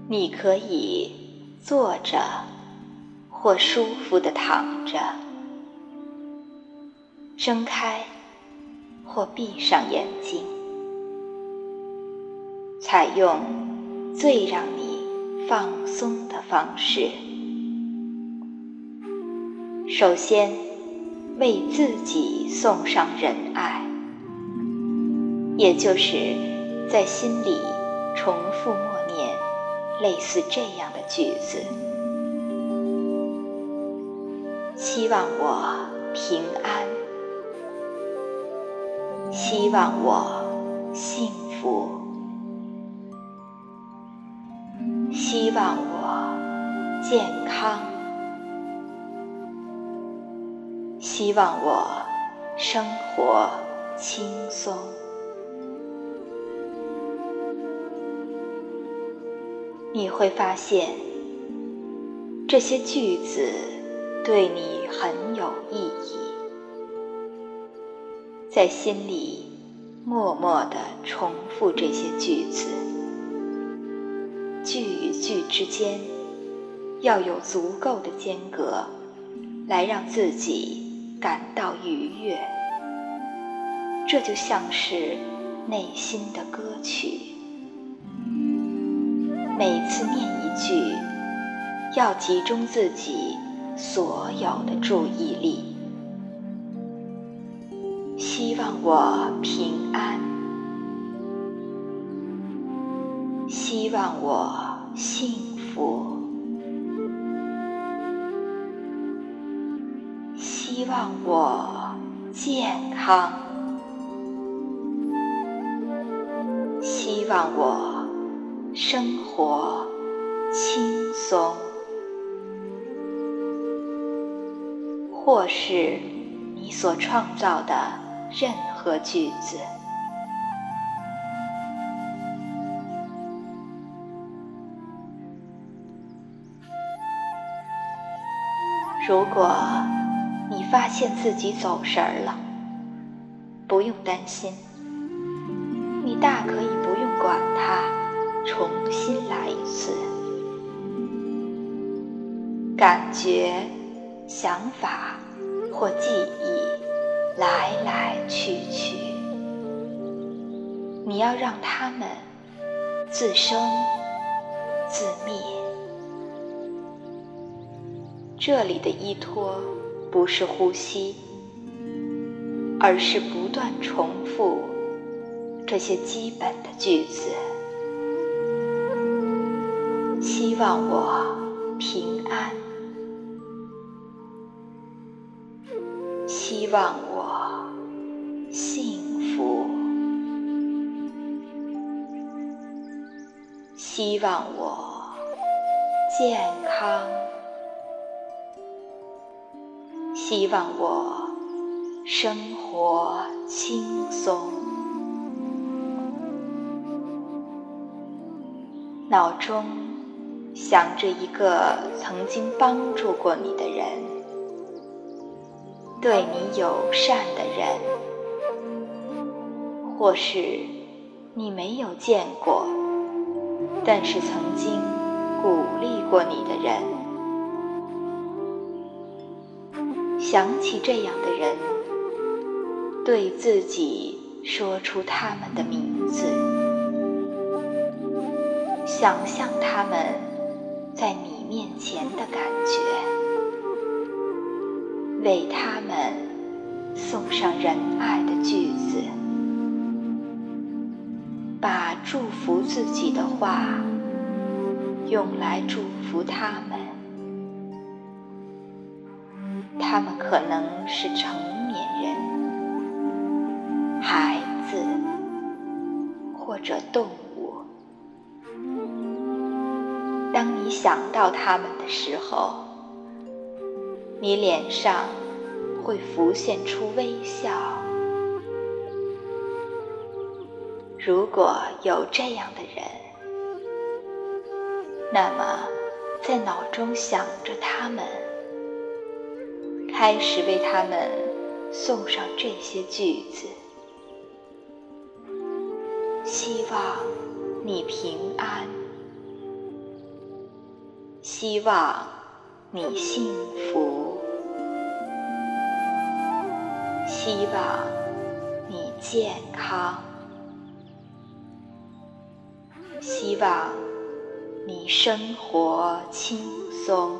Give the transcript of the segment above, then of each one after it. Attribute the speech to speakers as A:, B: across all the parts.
A: 你可以坐着或舒服地躺着，睁开或闭上眼睛，采用最让你放松的方式。首先，为自己送上仁爱，也就是在心里重复默念类似这样的句子：希望我平安，希望我幸福，希望我健康，希望我生活轻松。你会发现，这些句子对你很有意义。在心里默默地重复这些句子，句与句之间要有足够的间隔，来让自己感到愉悦。这就像是内心的歌曲。每次念一句，要集中自己所有的注意力。希望我平安，希望我幸福，希望我健康，希望我生活轻松，或是你所创造的任何句子。如果你发现自己走神儿了，不用担心，你大可以不用管它，重新来一次。感觉、想法或记忆来来去去，你要让它们自生自灭。这里的依托不是呼吸，而是不断重复这些基本的句子。希望我平安，希望我幸福，希望我健康，希望我生活轻松。脑中想着一个曾经帮助过你的人，对你友善的人，或是你没有见过，但是曾经鼓励过你的人。想起这样的人，对自己说出他们的名字，想象他们在你面前的感觉，为他们送上仁爱的句子，把祝福自己的话用来祝福他们。他们可能是成年人、孩子或者动物。当你想到他们的时候，你脸上会浮现出微笑。如果有这样的人，那么在脑中想着他们，开始为他们送上这些句子：希望你平安， 希望你幸福，希望你健康，希望你生活轻松。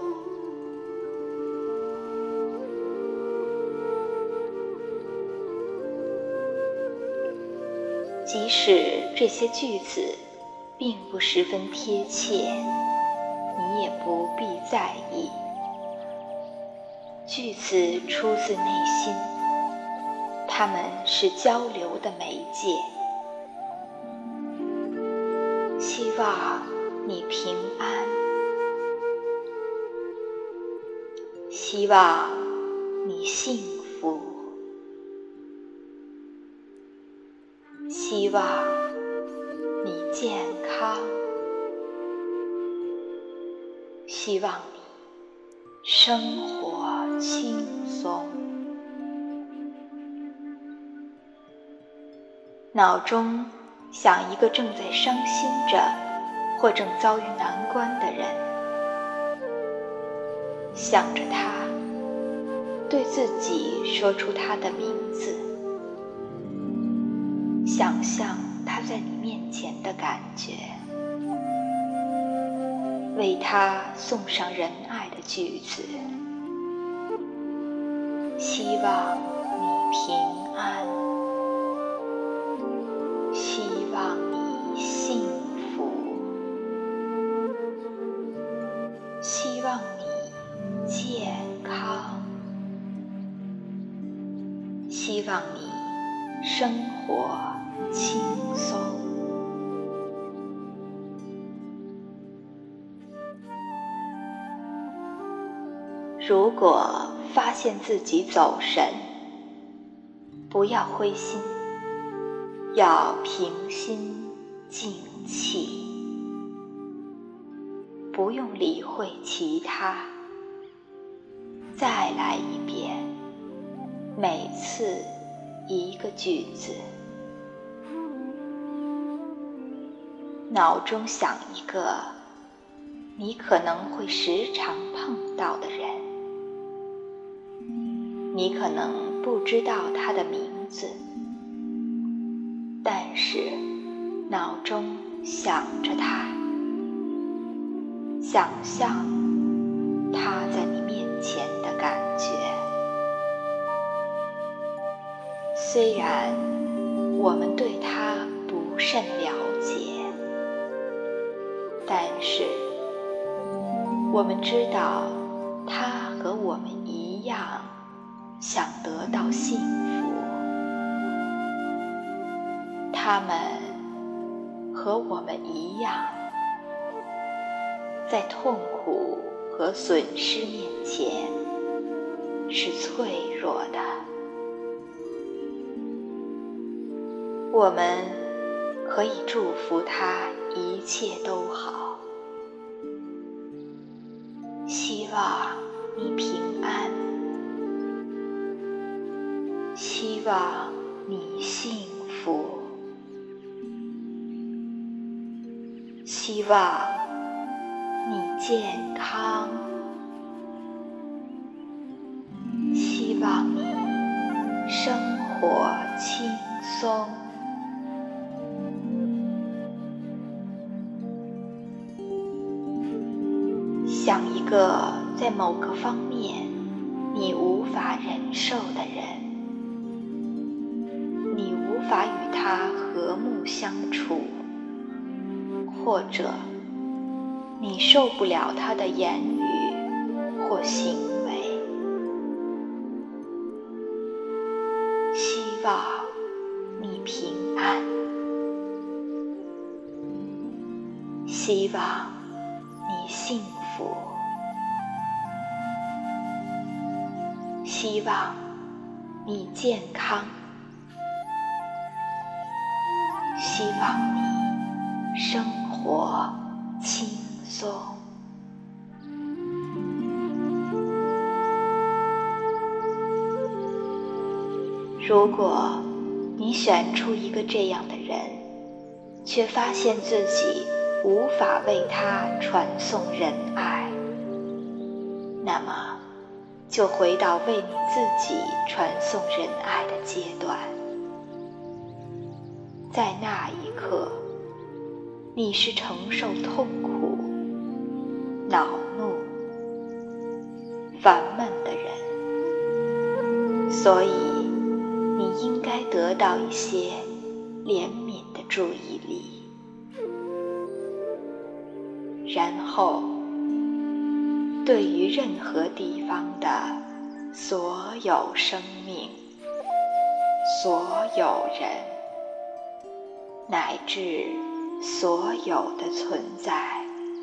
A: 即使这些句子并不十分贴切，你也不必在意。句子出自内心，它们是交流的媒介。希望你平安，希望你幸福，希望你健康，希望你生活轻松。脑中想一个正在伤心着或正遭遇难关的人，想着他，对自己说出他的名字，想象他在你面前的感觉，为他送上仁爱的句子。希望你平安，希望你幸福，希望你健康，希望你生活轻松。如果发现自己走神，不要灰心，要平心静气，不用理会其他，再来一遍，每次一个句子。脑中想一个你可能会时常碰到的人，你可能不知道他的名字，但是脑中想着他，想象他在你面前的感觉。虽然我们对他不甚了解，但是我们知道他和我们一样想得到幸福，他们和我们一样，在痛苦和损失面前是脆弱的。我们可以祝福他一切都好，希望你平安，希望你幸福，希望你健康，希望你生活轻松。想一个在某个方面你无法忍受的人，你无法与他和睦相处，或者你受不了他的言语或行为。希望你平安，希望你幸福，希望你健康，希望你生活轻松。如果你选出一个这样的人，却发现自己无法为他传送仁爱， 就回到为你自己传送仁爱的阶段。在那一刻，你是承受痛苦、恼怒、烦闷的人，所以你应该得到一些怜悯的注意力。然后，对于任何地方的所有生命、所有人，乃至所有的存在，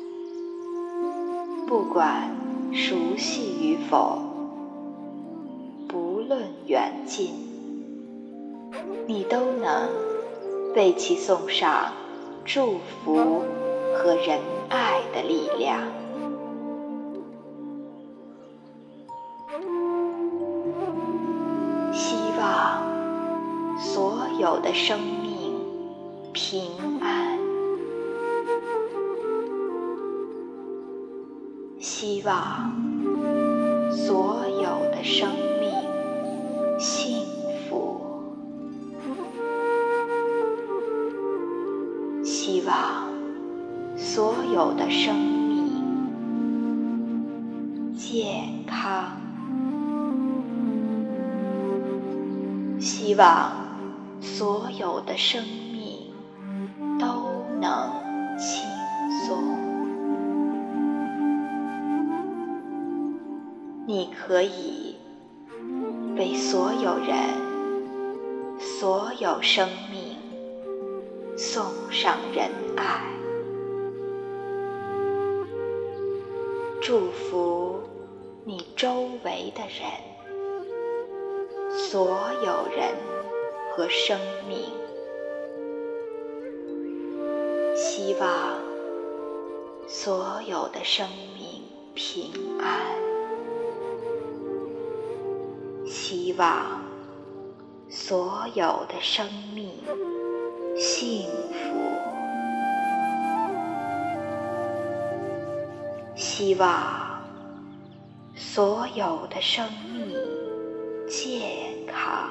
A: 不管熟悉与否，不论远近，你都能为其送上祝福和仁爱的力量。希望所有的生命平安，希望所有的生命幸福，希望所有的生命健康，希望所有的生命都能轻松。你可以为所有人、所有生命送上仁爱，祝福你周围的人、所有人和生命，希望所有的生命平安，希望所有的生命幸福，希望所有的生命健康，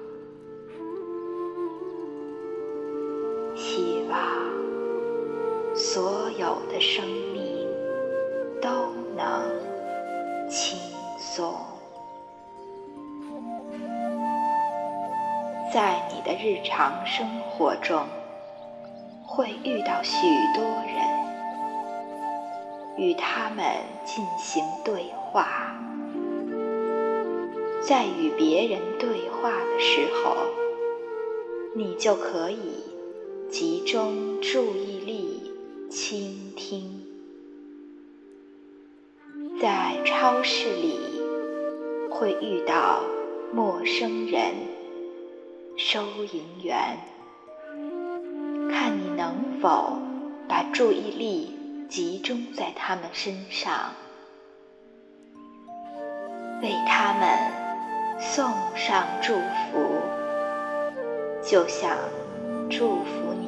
A: 希望所有的生命都能轻松。在你的日常生活中，会遇到许多人，与他们进行对话。在与别人对话的时候，你就可以集中注意力倾听。在超市里，会遇到陌生人、收银员，看你能否把注意力集中在他们身上，为他们送上祝福，就像祝福